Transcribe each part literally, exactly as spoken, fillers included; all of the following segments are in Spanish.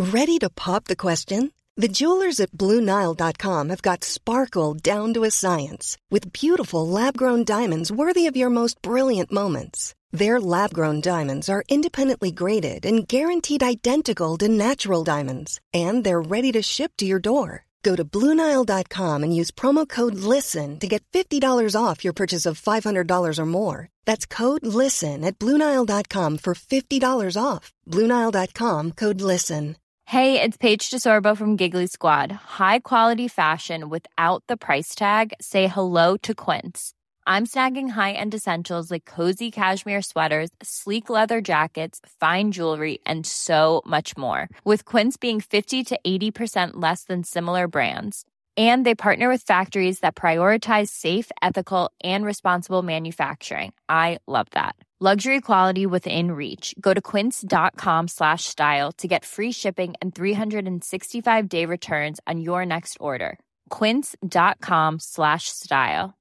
Ready to pop the question? The jewelers at Blue Nile dot com have got sparkle down to a science with beautiful lab-grown diamonds worthy of your most brilliant moments. Their lab-grown diamonds are independently graded and guaranteed identical to natural diamonds, and they're ready to ship to your door. Go to Blue Nile dot com and use promo code LISTEN to get fifty dollars off your purchase of five hundred dollars or more. That's code LISTEN at Blue Nile dot com for fifty dollars off. Blue Nile dot com, code LISTEN. Hey, it's Paige DeSorbo from Giggly Squad. High quality fashion without the price tag. Say hello to Quince. I'm snagging high-end essentials like cozy cashmere sweaters, sleek leather jackets, fine jewelry, and so much more. With Quince being fifty to eighty percent less than similar brands. And they partner with factories that prioritize safe, ethical, and responsible manufacturing. I love that. Luxury quality within reach. Go to quince.com slash style to get free shipping and three sixty-five day returns on your next order. Quince.com slash style.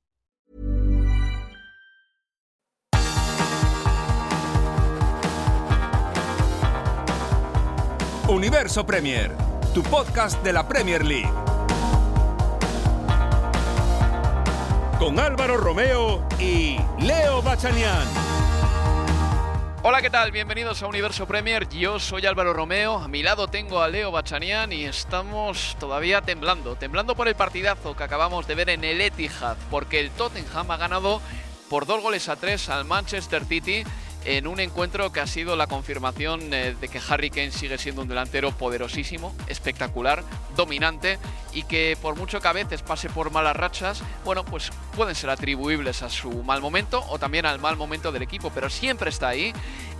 Universo Premier, tu podcast de la Premier League. Con Álvaro Romeo y Leo Bachanian. Hola, ¿qué tal? Bienvenidos a Universo Premier. Yo soy Álvaro Romeo, a mi lado tengo a Leo Bachanian y estamos todavía temblando, temblando por el partidazo que acabamos de ver en el Etihad, porque el Tottenham ha ganado por dos goles a tres al Manchester City en un encuentro que ha sido la confirmación eh, de que Harry Kane sigue siendo un delantero poderosísimo, espectacular, dominante y que por mucho que a veces pase por malas rachas, bueno, pues pueden ser atribuibles a su mal momento o también al mal momento del equipo, pero siempre está ahí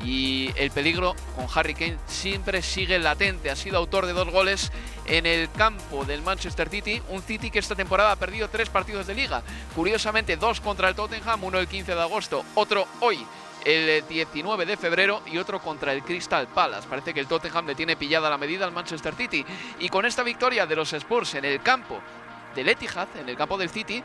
y el peligro con Harry Kane siempre sigue latente. Ha sido autor de dos goles en el campo del Manchester City, un City que esta temporada ha perdido tres partidos de liga, curiosamente dos contra el Tottenham, uno el quince de agosto, otro hoy el diecinueve de febrero y otro contra el Crystal Palace. Parece que el Tottenham le tiene pillada la medida al Manchester City y con esta victoria de los Spurs en el campo del Etihad, en el campo del City,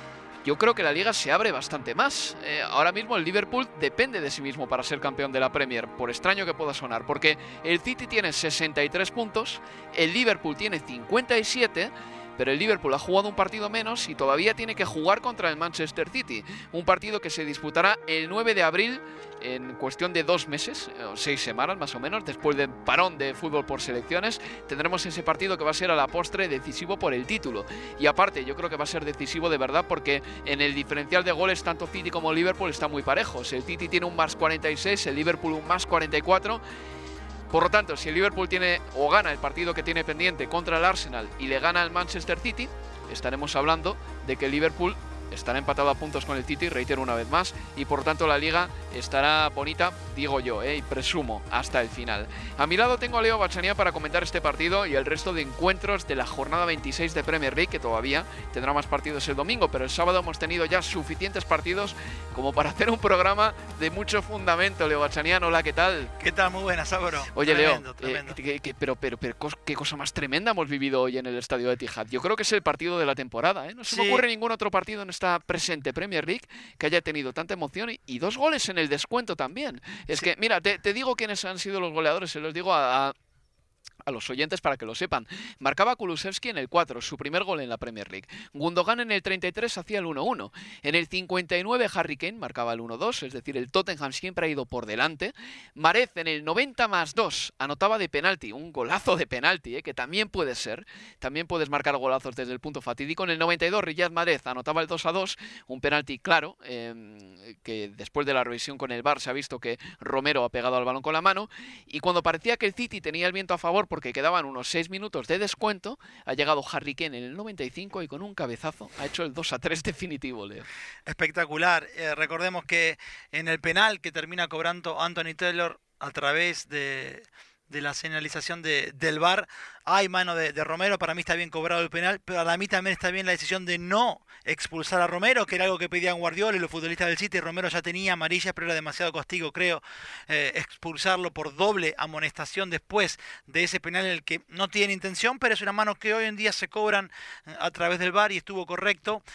yo creo que la liga se abre bastante más. Eh, ahora mismo el Liverpool depende de sí mismo para ser campeón de la Premier, por extraño que pueda sonar, porque el City tiene sesenta y tres puntos, el Liverpool tiene cincuenta y siete, pero el Liverpool ha jugado un partido menos y todavía tiene que jugar contra el Manchester City, un partido que se disputará el nueve de abril en cuestión de dos meses, o seis semanas más o menos, después del parón de fútbol por selecciones. Tendremos ese partido que va a ser a la postre decisivo por el título, y aparte yo creo que va a ser decisivo de verdad porque en el diferencial de goles tanto City como Liverpool están muy parejos. El City tiene un más cuarenta y seis, el Liverpool un más cuarenta y cuatro. Por lo tanto, si el Liverpool tiene o gana el partido que tiene pendiente contra el Arsenal y le gana al Manchester City, estaremos hablando de que el Liverpool estará empatado a puntos con el City, reitero una vez más, y por tanto la liga estará bonita, digo yo, eh, y presumo, hasta el final. A mi lado tengo a Leo Bachanian para comentar este partido y el resto de encuentros de la jornada veintiséis de Premier League, que todavía tendrá más partidos el domingo, pero el sábado hemos tenido ya suficientes partidos como para hacer un programa de mucho fundamento. Leo Bachanian, hola, ¿qué tal? ¿Qué tal? Muy buenas, Álvaro. Oye, tremendo, Leo, tremendo. Eh, que, que, pero, pero, pero qué cosa más tremenda hemos vivido hoy en el estadio de Etihad. Yo creo que es el partido de la temporada, ¿eh? No se Sí. me ocurre ningún otro partido en esta presente Premier League que haya tenido tanta emoción y, y dos goles en el descuento también. Es Sí. que, mira, te, te digo quiénes han sido los goleadores, se los digo a... a a los oyentes para que lo sepan. Marcaba Kulusevski en el cuatro, su primer gol en la Premier League. Gundogan en el treinta y tres hacía el uno uno. En el cincuenta y nueve Harry Kane marcaba el uno dos, es decir, el Tottenham siempre ha ido por delante. Mahrez en el noventa más dos anotaba de penalti, un golazo de penalti, ¿eh? Que también puede ser. También puedes marcar golazos desde el punto fatídico. En el noventa y dos Riyad Mahrez anotaba el dos a dos, un penalti claro, eh, que después de la revisión con el V A R se ha visto que Romero ha pegado al balón con la mano. Y cuando parecía que el City tenía el viento a favor porque quedaban unos seis minutos de descuento, ha llegado Harry Kane en el noventa y cinco y con un cabezazo ha hecho el dos a tres definitivo, Leo. Espectacular. Eh, recordemos que en el penal que termina cobrando Anthony Taylor a través de, de la señalización de, del V A R, hay mano de, de Romero. Para mí está bien cobrado el penal, pero para mí también está bien la decisión de no expulsar a Romero, que era algo que pedían Guardiola y los futbolistas del City. Romero ya tenía amarilla, pero era demasiado castigo, creo, eh, expulsarlo por doble amonestación después de ese penal en el que no tiene intención, pero es una mano que hoy en día se cobran a través del V A R y estuvo correcto.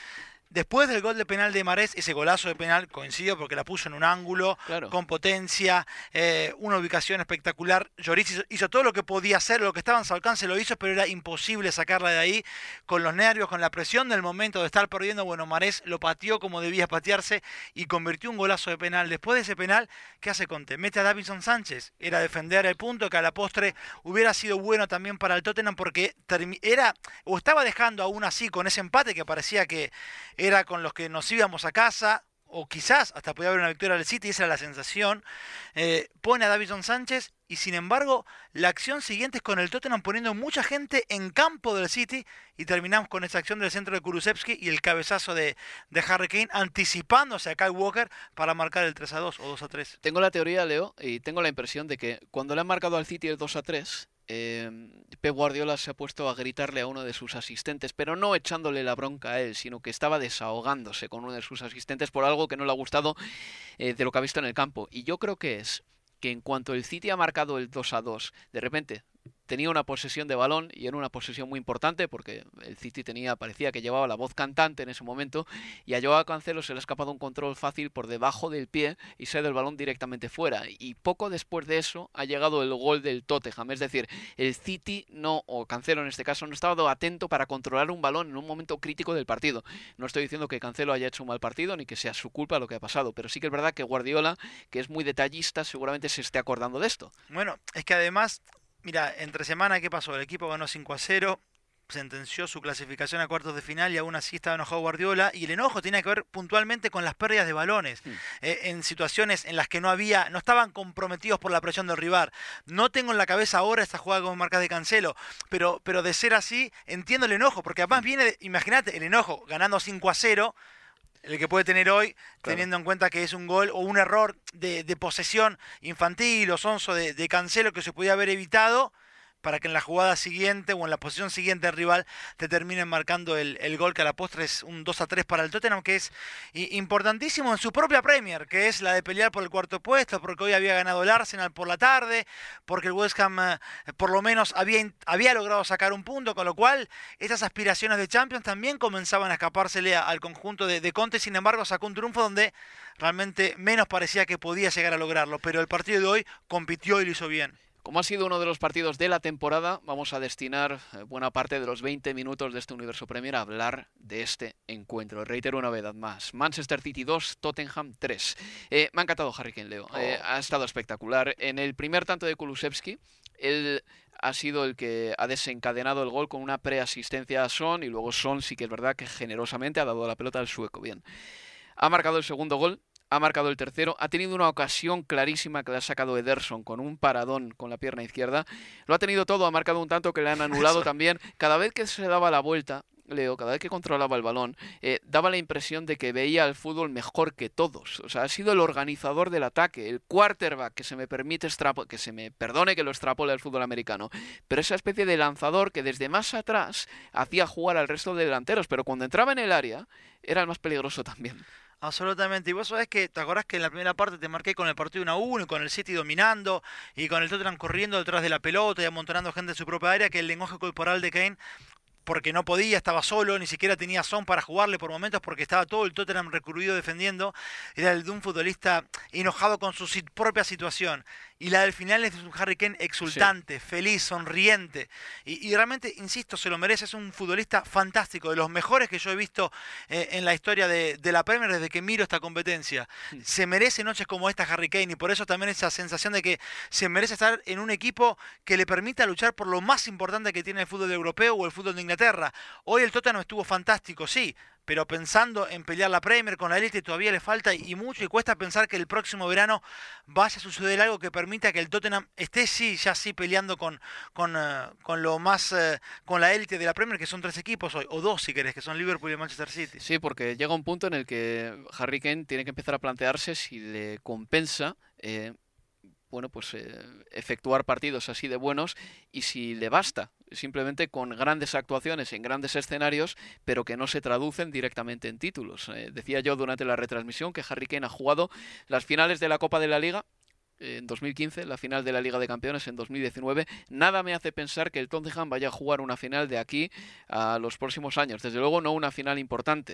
después del gol de penal de Mahrez, ese golazo de penal, coincido porque la puso en un ángulo, Claro. con potencia, eh, una ubicación espectacular. Lloris hizo, hizo todo lo que podía hacer, lo que estaba en su alcance lo hizo, pero era imposible sacarla de ahí, con los nervios, con la presión del momento de estar perdiendo. Bueno, Mahrez lo pateó como debía patearse y convirtió un golazo de penal. Después de ese penal, ¿qué hace Conte? Mete a Davinson Sánchez. Era defender el punto que a la postre hubiera sido bueno también para el Tottenham, porque era o estaba dejando aún así con ese empate que parecía que era con los que nos íbamos a casa, o quizás hasta podía haber una victoria del City, esa era la sensación. Eh, pone a Davinson Sánchez y sin embargo la acción siguiente es con el Tottenham poniendo mucha gente en campo del City y terminamos con esa acción del centro de Kulusevski y el cabezazo de, de Harry Kane anticipándose a Kyle Walker para marcar el tres a dos o dos a tres. Tengo la teoría, Leo, y tengo la impresión de que cuando le han marcado al City el dos a tres, Eh, Pep Guardiola se ha puesto a gritarle a uno de sus asistentes, pero no echándole la bronca a él, sino que estaba desahogándose con uno de sus asistentes por algo que no le ha gustado eh, de lo que ha visto en el campo. Y yo creo que es que en cuanto el City ha marcado el dos a dos, de repente tenía una posesión de balón y era una posesión muy importante porque el City tenía, parecía que llevaba la voz cantante en ese momento, y a Joao Cancelo se le ha escapado un control fácil por debajo del pie y se ha ido el balón directamente fuera, y poco después de eso ha llegado el gol del Tottenham. Es decir, el City no, o Cancelo en este caso, no estaba atento para controlar un balón en un momento crítico del partido. No estoy diciendo que Cancelo haya hecho un mal partido ni que sea su culpa lo que ha pasado, pero sí que es verdad que Guardiola, que es muy detallista, seguramente se esté acordando de esto. Bueno, es que además, mira, entre semana, ¿qué pasó? El equipo ganó cinco a cero, sentenció su clasificación a cuartos de final y aún así estaba enojado Guardiola, y el enojo tiene que ver puntualmente con las pérdidas de balones, mm. eh, en situaciones en las que no había, no estaban comprometidos por la presión del rival. No tengo en la cabeza ahora esta jugada con marcas de Cancelo, pero, pero de ser así, entiendo el enojo, porque además viene, imagínate, el enojo ganando cinco a cero, el que puede tener hoy, claro, teniendo en cuenta que es un gol o un error de, de posesión infantil o sonso de, de Cancelo que se podía haber evitado, para que en la jugada siguiente o en la posición siguiente del rival te terminen marcando el, el gol, que a la postre es un dos a tres para el Tottenham, que es importantísimo en su propia Premier, que es la de pelear por el cuarto puesto, porque hoy había ganado el Arsenal por la tarde, porque el West Ham eh, por lo menos había, había logrado sacar un punto, con lo cual esas aspiraciones de Champions también comenzaban a escapársele a, al conjunto de, de Conte. Sin embargo, sacó un triunfo donde realmente menos parecía que podía llegar a lograrlo, pero el partido de hoy compitió y lo hizo bien. Como ha sido uno de los partidos de la temporada, vamos a destinar buena parte de los veinte minutos de este Universo Premier a hablar de este encuentro. Reitero una vez más, Manchester City dos, Tottenham tres. Eh, me ha encantado Harry Kane, Leo. Oh. Eh, ha estado espectacular. En el primer tanto de Kulusevski, él ha sido el que ha desencadenado el gol con una preasistencia a Son, y luego Son sí que es verdad que generosamente ha dado la pelota al sueco. Bien. Ha marcado el segundo gol. Ha marcado el tercero, ha tenido una ocasión clarísima que le ha sacado Ederson con un paradón con la pierna izquierda. Lo ha tenido todo, ha marcado un tanto que le han anulado también. Cada vez que se daba la vuelta, Leo, cada vez que controlaba el balón, eh, daba la impresión de que veía el fútbol mejor que todos. O sea, ha sido el organizador del ataque, el quarterback, que se me permite extrapo- que se me perdone que lo extrapole al fútbol americano, pero esa especie de lanzador que desde más atrás hacía jugar al resto de delanteros, pero cuando entraba en el área era el más peligroso también. Absolutamente, y vos sabés que, ¿te acordás que en la primera parte te marqué con el partido uno a uno y con el City dominando y con el Tottenham corriendo detrás de la pelota y amontonando gente en su propia área, que el lenguaje corporal de Kane, porque no podía, estaba solo, ni siquiera tenía Son para jugarle por momentos porque estaba todo el Tottenham recurrido defendiendo, era el de un futbolista enojado con su sit- propia situación? Y la del final es un Harry Kane exultante, sí, feliz, sonriente. Y, y realmente, insisto, se lo merece. Es un futbolista fantástico, de los mejores que yo he visto eh, en la historia de, de la Premier desde que miro esta competencia. Sí. Se merece noches como esta Harry Kane, y por eso también esa sensación de que se merece estar en un equipo que le permita luchar por lo más importante que tiene el fútbol europeo o el fútbol de Inglaterra. Hoy el Tottenham estuvo fantástico, sí, pero pensando en pelear la Premier con la élite todavía le falta y mucho, y cuesta pensar que el próximo verano vaya a suceder algo que permita que el Tottenham esté sí, ya sí peleando con, con, uh, con lo más, uh, con la élite de la Premier, que son tres equipos hoy, o dos si querés, que son Liverpool y Manchester City. Sí, porque llega un punto en el que Harry Kane tiene que empezar a plantearse si le compensa eh, bueno, pues eh, efectuar partidos así de buenos, y si le basta simplemente con grandes actuaciones en grandes escenarios, pero que no se traducen directamente en títulos. Eh, decía yo durante la retransmisión que Harry Kane ha jugado las finales de la Copa de la Liga en dos mil quince, la final de la Liga de Campeones en dos mil diecinueve. Nada me hace pensar que el Tottenham vaya a jugar una final de aquí a los próximos años. Desde luego no una final importante.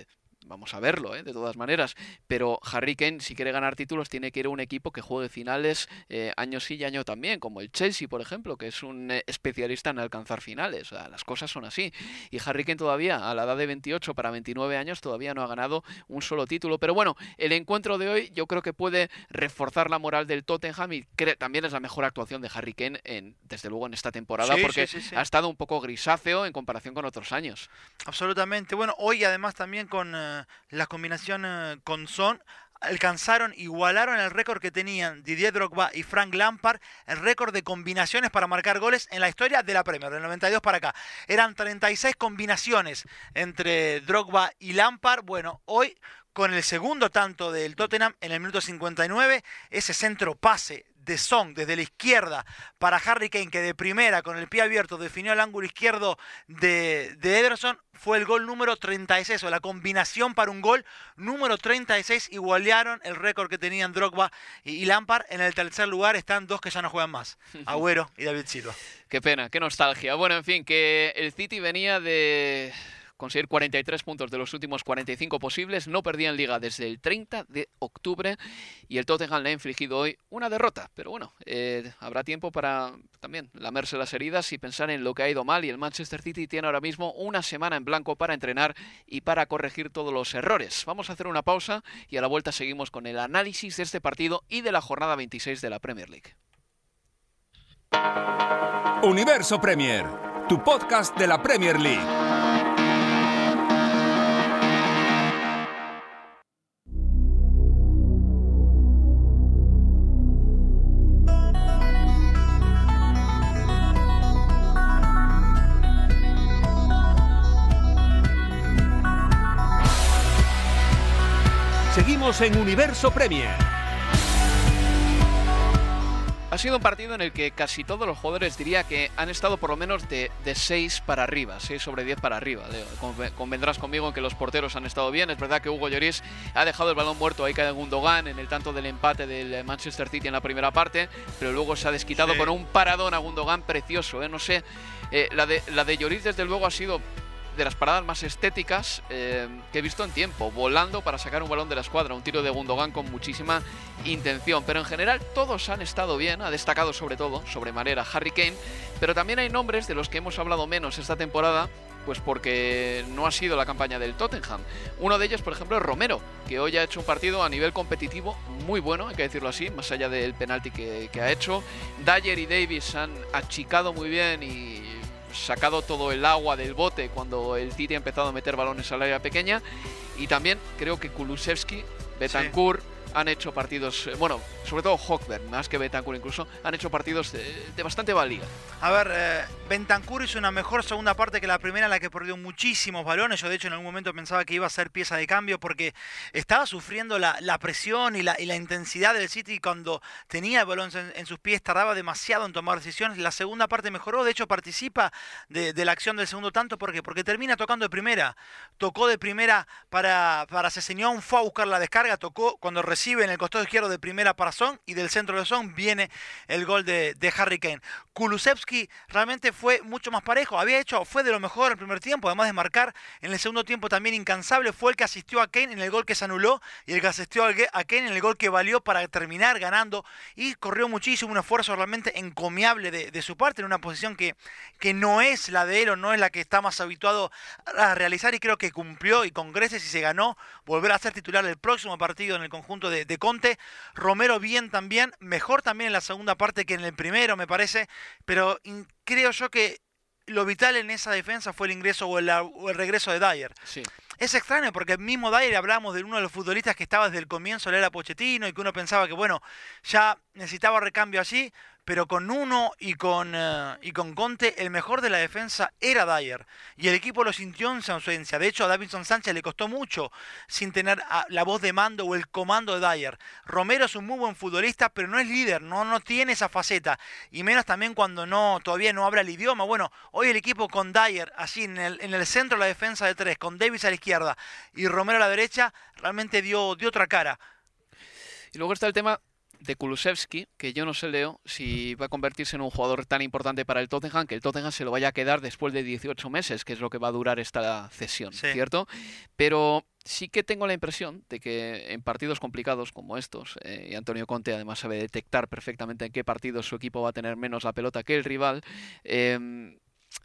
vamos a verlo, ¿eh? De todas maneras, pero Harry Kane, si quiere ganar títulos, tiene que ir a un equipo que juegue finales eh, año sí y año también, como el Chelsea, por ejemplo, que es un eh, especialista en alcanzar finales. O sea, las cosas son así. Y Harry Kane todavía, a la edad de veintiocho para veintinueve años, todavía no ha ganado un solo título. Pero bueno, el encuentro de hoy yo creo que puede reforzar la moral del Tottenham y cre- también es la mejor actuación de Harry Kane, en, desde luego, en esta temporada, Sí, porque sí, sí, sí. ha estado un poco grisáceo en comparación con otros años. Absolutamente. Bueno, hoy además también con eh, la combinación eh, con Son, alcanzaron, igualaron el récord que tenían Didier Drogba y Frank Lampard, el récord de combinaciones para marcar goles en la historia de la Premier, del noventa y dos para acá. Eran treinta y seis combinaciones entre Drogba y Lampard. Bueno, hoy con el segundo tanto del Tottenham en el minuto cincuenta y nueve, ese centro pase de Son desde la izquierda para Harry Kane, que de primera con el pie abierto definió el ángulo izquierdo de, de Ederson, fue el gol número treinta y seis, o la combinación para un gol número treinta y seis. Igualaron el récord que tenían Drogba y, y Lampard. En el tercer lugar están dos que ya no juegan más, Agüero y David Silva. Qué pena, qué nostalgia. Bueno, en fin, que el City venía de conseguir cuarenta y tres puntos de los últimos cuarenta y cinco posibles, no perdía en Liga desde el treinta de octubre y el Tottenham le ha infligido hoy una derrota, pero bueno, eh, habrá tiempo para también lamerse las heridas y pensar en lo que ha ido mal, y el Manchester City tiene ahora mismo una semana en blanco para entrenar y para corregir todos los errores. Vamos a hacer una pausa y a la vuelta seguimos con el análisis de este partido y de la jornada veintiséis de la Premier League. Universo Premier, tu podcast de la Premier League. Seguimos en Universo Premier. Ha sido un partido en el que casi todos los jugadores diría que han estado por lo menos de, de seis para arriba, seis sobre diez para arriba. Leo, convendrás conmigo en que los porteros han estado bien. Es verdad que Hugo Lloris ha dejado el balón muerto ahí cae Gundogan en el tanto del empate del Manchester City en la primera parte, pero luego se ha desquitado sí. con un paradón a Gundogan precioso, ¿eh? No sé, eh, la de, la de Lloris desde luego ha sido de las paradas más estéticas eh, que he visto en tiempo, volando para sacar un balón de la escuadra, un tiro de Gundogan con muchísima intención, pero en general todos han estado bien, ha destacado sobre todo, sobremanera, Harry Kane, pero también hay nombres de los que hemos hablado menos esta temporada, pues porque no ha sido la campaña del Tottenham. Uno de ellos, por ejemplo, es Romero, que hoy ha hecho un partido a nivel competitivo muy bueno, hay que decirlo así, más allá del penalti que, que ha hecho. Dyer y Davis han achicado muy bien y sacado todo el agua del bote cuando el City ha empezado a meter balones al área pequeña, y también creo que Kulusevski, Bentancur sí. han hecho partidos, bueno, sobre todo Højbjerg, más que Bentancur incluso, han hecho partidos de, de bastante valía. A ver, eh, Bentancur hizo una mejor segunda parte que la primera, en la que perdió muchísimos balones. Yo de hecho en algún momento pensaba que iba a ser pieza de cambio porque estaba sufriendo la, la presión y la, y la intensidad del City cuando tenía el balón en, en sus pies, tardaba demasiado en tomar decisiones. La segunda parte mejoró, de hecho participa de, de la acción del segundo tanto. ¿Por qué? Porque termina tocando de primera, tocó de primera para, para Sessegnon, fue a buscar la descarga, tocó cuando recibe en el costado izquierdo de primera para Son, y del centro de Son viene el gol de, de Harry Kane. Kulusevski realmente fue mucho más parejo, había hecho, fue de lo mejor el primer tiempo, además de marcar en el segundo tiempo también incansable, fue el que asistió a Kane en el gol que se anuló y el que asistió a Kane en el gol que valió para terminar ganando, y corrió muchísimo, un esfuerzo realmente encomiable de, de su parte en una posición que, que no es la de él o no es la que está más habituado a realizar, y creo que cumplió y con creces y se ganó volver a ser titular el próximo partido en el conjunto de, de Conte. Romero bien también, mejor también en la segunda parte que en el primero me parece, pero in, creo yo que lo vital en esa defensa fue el ingreso o el, o el regreso de Dyer. Sí. Es extraño porque el mismo Dyer, hablamos de uno de los futbolistas que estaba desde el comienzo de la era Pochettino y que uno pensaba que bueno, ya necesitaba recambio allí, pero con uno y con, uh, y con Conte el mejor de la defensa era Dyer, y el equipo lo sintió en su ausencia. De hecho a Davinson Sánchez le costó mucho sin tener a, la voz de mando o el comando de Dyer. Romero es un muy buen futbolista, pero no es líder, no, no tiene esa faceta, y menos también cuando no todavía no habla el idioma. Bueno, hoy el equipo con Dyer así en el, en el centro de la defensa de tres, con Davis a la izquierda y Romero a la derecha, realmente dio, dio otra cara. Y luego está el tema de Kulusevski, que yo no sé, Leo, si va a convertirse en un jugador tan importante para el Tottenham, que el Tottenham se lo vaya a quedar después de dieciocho meses, que es lo que va a durar esta cesión, Sí. ¿cierto? Pero sí que tengo la impresión de que en partidos complicados como estos, eh, y Antonio Conte además sabe detectar perfectamente en qué partidos su equipo va a tener menos la pelota que el rival, eh,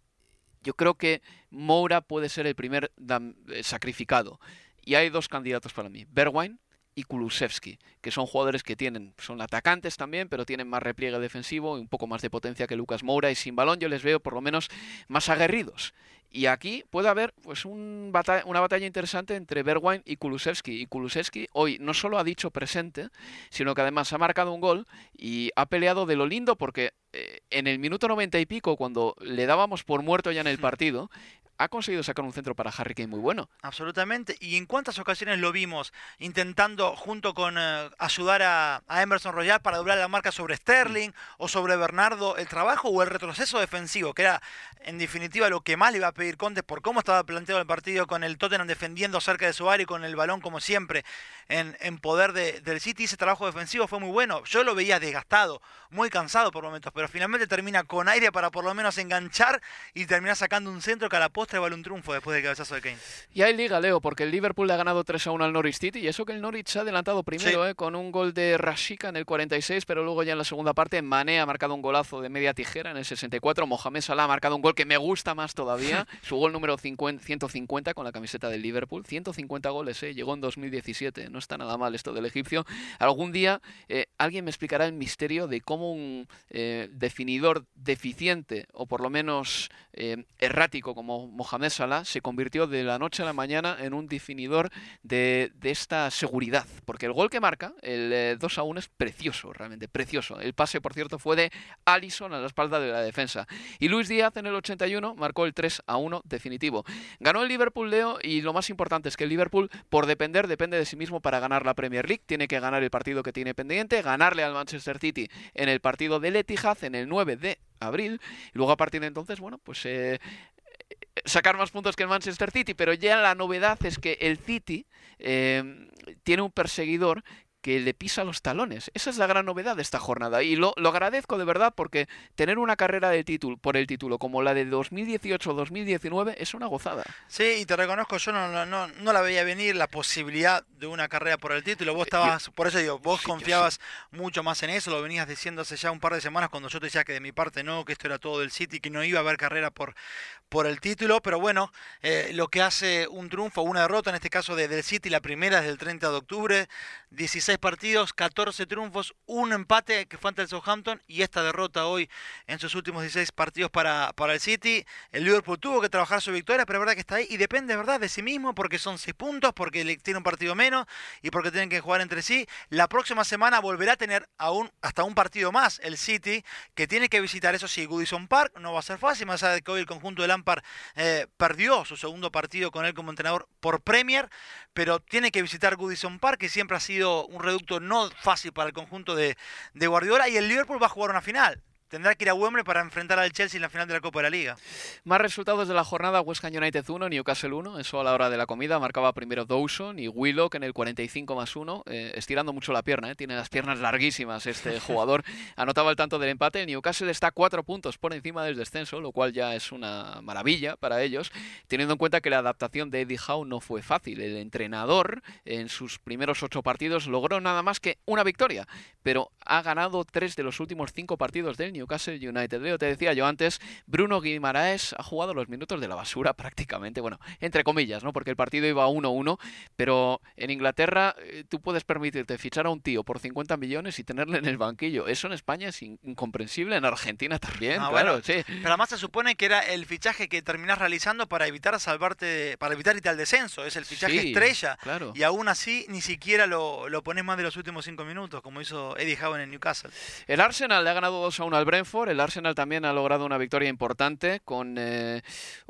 yo creo que Moura puede ser el primer dam- eh, sacrificado. Y hay dos candidatos para mí, Bergwijn y Kulusevski, que son jugadores que tienen, son atacantes también, pero tienen más repliegue defensivo y un poco más de potencia que Lucas Moura, y sin balón yo les veo por lo menos más aguerridos. Y aquí puede haber pues un bata- una batalla interesante entre Bergwijn y Kulusevski. Y Kulusevski hoy no solo ha dicho presente, sino que además ha marcado un gol y ha peleado de lo lindo, porque eh, en el minuto noventa y pico, cuando le dábamos por muerto ya en el partido, ha conseguido sacar un centro para Harry Kane muy bueno. Absolutamente. ¿Y en cuántas ocasiones lo vimos intentando, junto con eh, ayudar a, a Emerson Royal para doblar la marca sobre Sterling o sobre Bernardo, el trabajo o el retroceso defensivo, que era en definitiva lo que más le iba a pedir Conte por cómo estaba planteado el partido, con el Tottenham defendiendo cerca de su área y con el balón como siempre en, en poder de, del City? Ese trabajo defensivo fue muy bueno. Yo lo veía desgastado, muy cansado por momentos, pero finalmente termina con aire para por lo menos enganchar y terminar sacando un centro que a la postre vale un triunfo después del cabezazo de Kane. Y hay liga, Leo, porque el Liverpool le ha ganado tres a uno al Norwich City, y eso que el Norwich se ha adelantado primero, Sí. eh, con un gol de Rashica en el cuarenta y seis, pero luego ya en la segunda parte Mané ha marcado un golazo de media tijera en el sesenta y cuatro, Mohamed Salah ha marcado un gol que me gusta más todavía, su gol número cincuenta, ciento cincuenta con la camiseta del Liverpool, ciento cincuenta goles, eh, llegó en dos mil diecisiete, no está nada mal esto del egipcio. Algún día eh, alguien me explicará el misterio de cómo un eh, definidor deficiente, o por lo menos eh, errático como Mohamed Salah, se convirtió de la noche a la mañana en un definidor de, de esta seguridad, porque el gol que marca, el eh, dos a uno, es precioso, realmente precioso. El pase, por cierto, fue de Alisson a la espalda de la defensa, y Luis Díaz en el ochenta y uno marcó el tres a uno definitivo. Ganó el Liverpool, Leo, y lo más importante es que el Liverpool, por depender, depende de sí mismo para ganar la Premier League. Tiene que ganar el partido que tiene pendiente, ganarle al Manchester City en el partido del Etihad en el nueve de abril, y luego a partir de entonces, bueno, pues eh, sacar más puntos que el Manchester City. Pero ya la novedad es que el City eh, tiene un perseguidor que le pisa los talones. Esa es la gran novedad de esta jornada, y lo, lo agradezco de verdad, porque tener una carrera de título, por el título como la de dos mil dieciocho dos mil diecinueve es una gozada. Sí, y te reconozco, yo no, no, no, no la veía venir la posibilidad de una carrera por el título. Vos estabas, yo, por eso digo, vos sí, confiabas mucho más en eso, lo venías diciendo hace ya un par de semanas, cuando yo te decía que de mi parte no, que esto era todo del City, que no iba a haber carrera por, por el título. Pero bueno, eh, lo que hace un triunfo, una derrota, en este caso de, del City, la primera desde el treinta de octubre, dieciséis partidos, catorce triunfos, un empate que fue ante el Southampton, y esta derrota hoy en sus últimos dieciséis partidos para, para el City. El Liverpool tuvo que trabajar su victoria, pero es verdad que está ahí y depende, ¿verdad?, de sí mismo, porque son seis puntos, porque le tiene un partido menos y porque tienen que jugar entre sí. La próxima semana volverá a tener aún hasta un partido más el City, que tiene que visitar, eso sí, Goodison Park. No va a ser fácil, más allá de que hoy el conjunto de Lampard eh, perdió su segundo partido con él como entrenador por Premier, pero tiene que visitar Goodison Park, que siempre ha sido un reducto no fácil para el conjunto de, de Guardiola, y el Liverpool va a jugar una final. Tendrá que ir a Wembley para enfrentar al Chelsea en la final de la Copa de la Liga. Más resultados de la jornada: West Ham United uno, Newcastle uno, eso a la hora de la comida. Marcaba primero Dawson y Willock en el cuarenta y cinco más uno, eh, estirando mucho la pierna, eh, tiene las piernas larguísimas este jugador. Anotaba el tanto del empate. El Newcastle está cuatro puntos por encima del descenso, lo cual ya es una maravilla para ellos, teniendo en cuenta que la adaptación de Eddie Howe no fue fácil. El entrenador en sus primeros ocho partidos logró nada más que una victoria, pero ha ganado tres de los últimos cinco partidos del Newcastle United. Leo, te decía yo antes, Bruno Guimaraes ha jugado los minutos de la basura prácticamente, bueno, entre comillas, ¿no?, porque el partido iba uno uno, pero en Inglaterra eh, tú puedes permitirte fichar a un tío por cincuenta millones y tenerle en el banquillo. Eso en España es incomprensible, en Argentina también, ah, claro, bueno, sí. Pero además se supone que era el fichaje que terminás realizando para evitar salvarte, para evitar irte al descenso. Es el fichaje Sí, estrella, claro. y aún así ni siquiera lo, lo pones más de los últimos cinco minutos, como hizo Eddie Howe en el Newcastle. El Arsenal le ha ganado dos a uno al Brentford. El Arsenal también ha logrado una victoria importante con eh,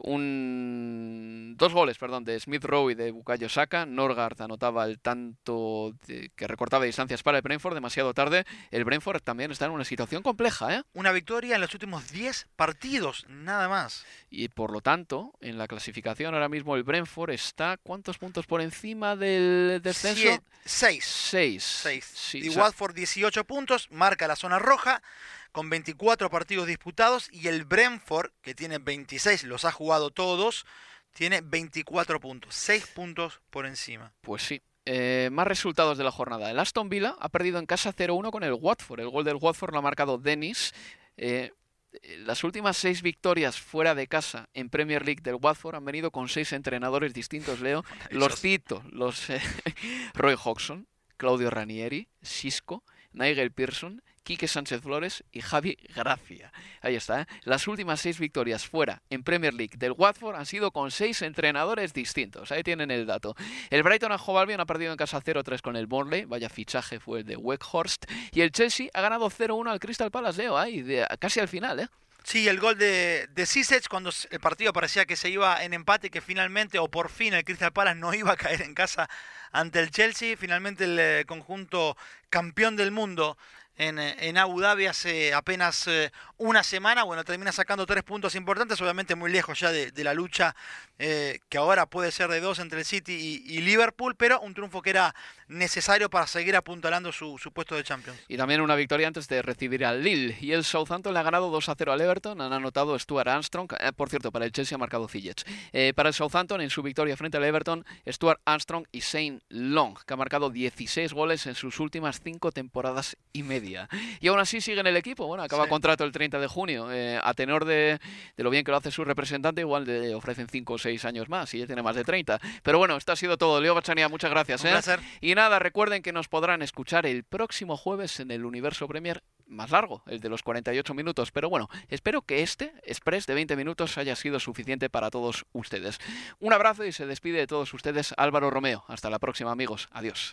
un dos goles, perdón, de Smith Rowe y de Bukayo Saka. Norgard anotaba el tanto de, que recortaba distancias para el Brentford demasiado tarde. El Brentford también está en una situación compleja, ¿eh? Una victoria en los últimos diez partidos, nada más. Y por lo tanto, en la clasificación ahora mismo el Brentford está ¿cuántos puntos por encima del descenso? Siete, seis. Seis. Seis. Sí, y o sea, Watford dieciocho puntos, marca la zona roja con veinticuatro partidos disputados, y el Brentford, que tiene veintiséis, los ha jugado todos, tiene veinticuatro puntos, seis puntos por encima. Pues sí. Eh, más resultados de la jornada. El Aston Villa ha perdido en casa cero uno con el Watford. El gol del Watford lo ha marcado Dennis. Eh, las últimas seis victorias fuera de casa en Premier League del Watford han venido con seis entrenadores distintos, Leo. Los cito, los eh, Roy Hodgson, Claudio Ranieri, Xisco, Nigel Pearson, Quique Sánchez Flores y Javi Gracia. Ahí está, ¿eh? Las últimas seis victorias fuera en Premier League del Watford han sido con seis entrenadores distintos. Ahí tienen el dato. El Brighton and Hove Albion ha perdido en casa cero tres con el Burnley. Vaya fichaje fue el de Weghorst. Y el Chelsea ha ganado cero uno al Crystal Palace, Leo. Ahí, de, casi al final, ¿eh? Sí, el gol de, de Cissech cuando el partido parecía que se iba en empate, que finalmente, o por fin, el Crystal Palace no iba a caer en casa ante el Chelsea. Finalmente el eh, conjunto campeón del mundo en, en Abu Dhabi hace apenas eh, una semana, bueno, termina sacando tres puntos importantes, obviamente muy lejos ya de, de la lucha eh, que ahora puede ser de dos entre el City y, y Liverpool, pero un triunfo que era necesario para seguir apuntalando su, su puesto de Champions. Y también una victoria antes de recibir al Lille. Y el Southampton le ha ganado dos a cero al Everton. Han anotado Stuart Armstrong. Eh, por cierto, para el Chelsea ha marcado Ziyech. Eh, para el Southampton, en su victoria frente al Everton, Stuart Armstrong y Shane Long, que ha marcado dieciséis goles en sus últimas cinco temporadas y media. Y aún así sigue en el equipo. Bueno, acaba Sí. contrato el treinta de junio. Eh, a tenor de, de lo bien que lo hace su representante, igual le ofrecen cinco o seis años más y ya tiene más de treinta. Pero bueno, esto ha sido todo. Leo Bachania, muchas gracias. Un ¿eh? placer. Y nada, recuerden que nos podrán escuchar el próximo jueves en el Universo Premier más largo, el de los cuarenta y ocho minutos. Pero bueno, espero que este express de veinte minutos haya sido suficiente para todos ustedes. Un abrazo y se despide de todos ustedes Álvaro Romeo. Hasta la próxima, amigos. Adiós.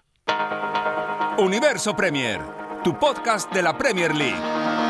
Universo Premier, tu podcast de la Premier League.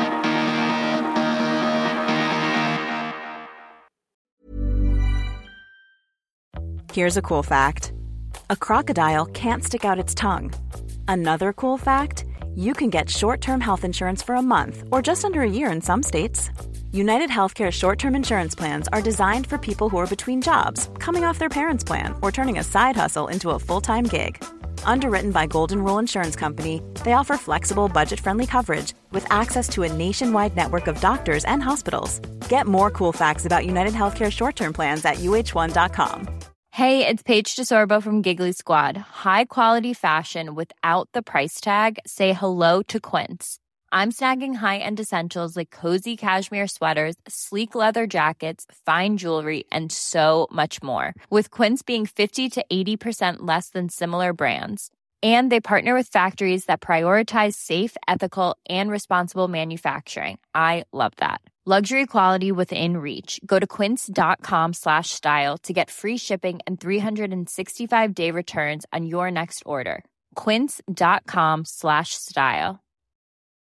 Here's a cool fact. A crocodile can't stick out its tongue. Another cool fact, you can get short-term health insurance for a month or just under a year in some states. United Healthcare short-term insurance plans are designed for people who are between jobs, coming off their parents' plan, or turning a side hustle into a full-time gig. Underwritten by Golden Rule Insurance Company, they offer flexible, budget-friendly coverage with access to a nationwide network of doctors and hospitals. Get more cool facts about United Healthcare short-term plans at U H one dot com. Hey, it's Paige DeSorbo from Giggly Squad. High quality fashion without the price tag. Say hello to Quince. I'm snagging high-end essentials like cozy cashmere sweaters, sleek leather jackets, fine jewelry, and so much more. With Quince being fifty to eighty percent less than similar brands. And they partner with factories that prioritize safe, ethical, and responsible manufacturing. I love that. Luxury quality within reach. Go to quince.com slash style to get free shipping and three sixty-five day returns on your next order. Quince.com slash style.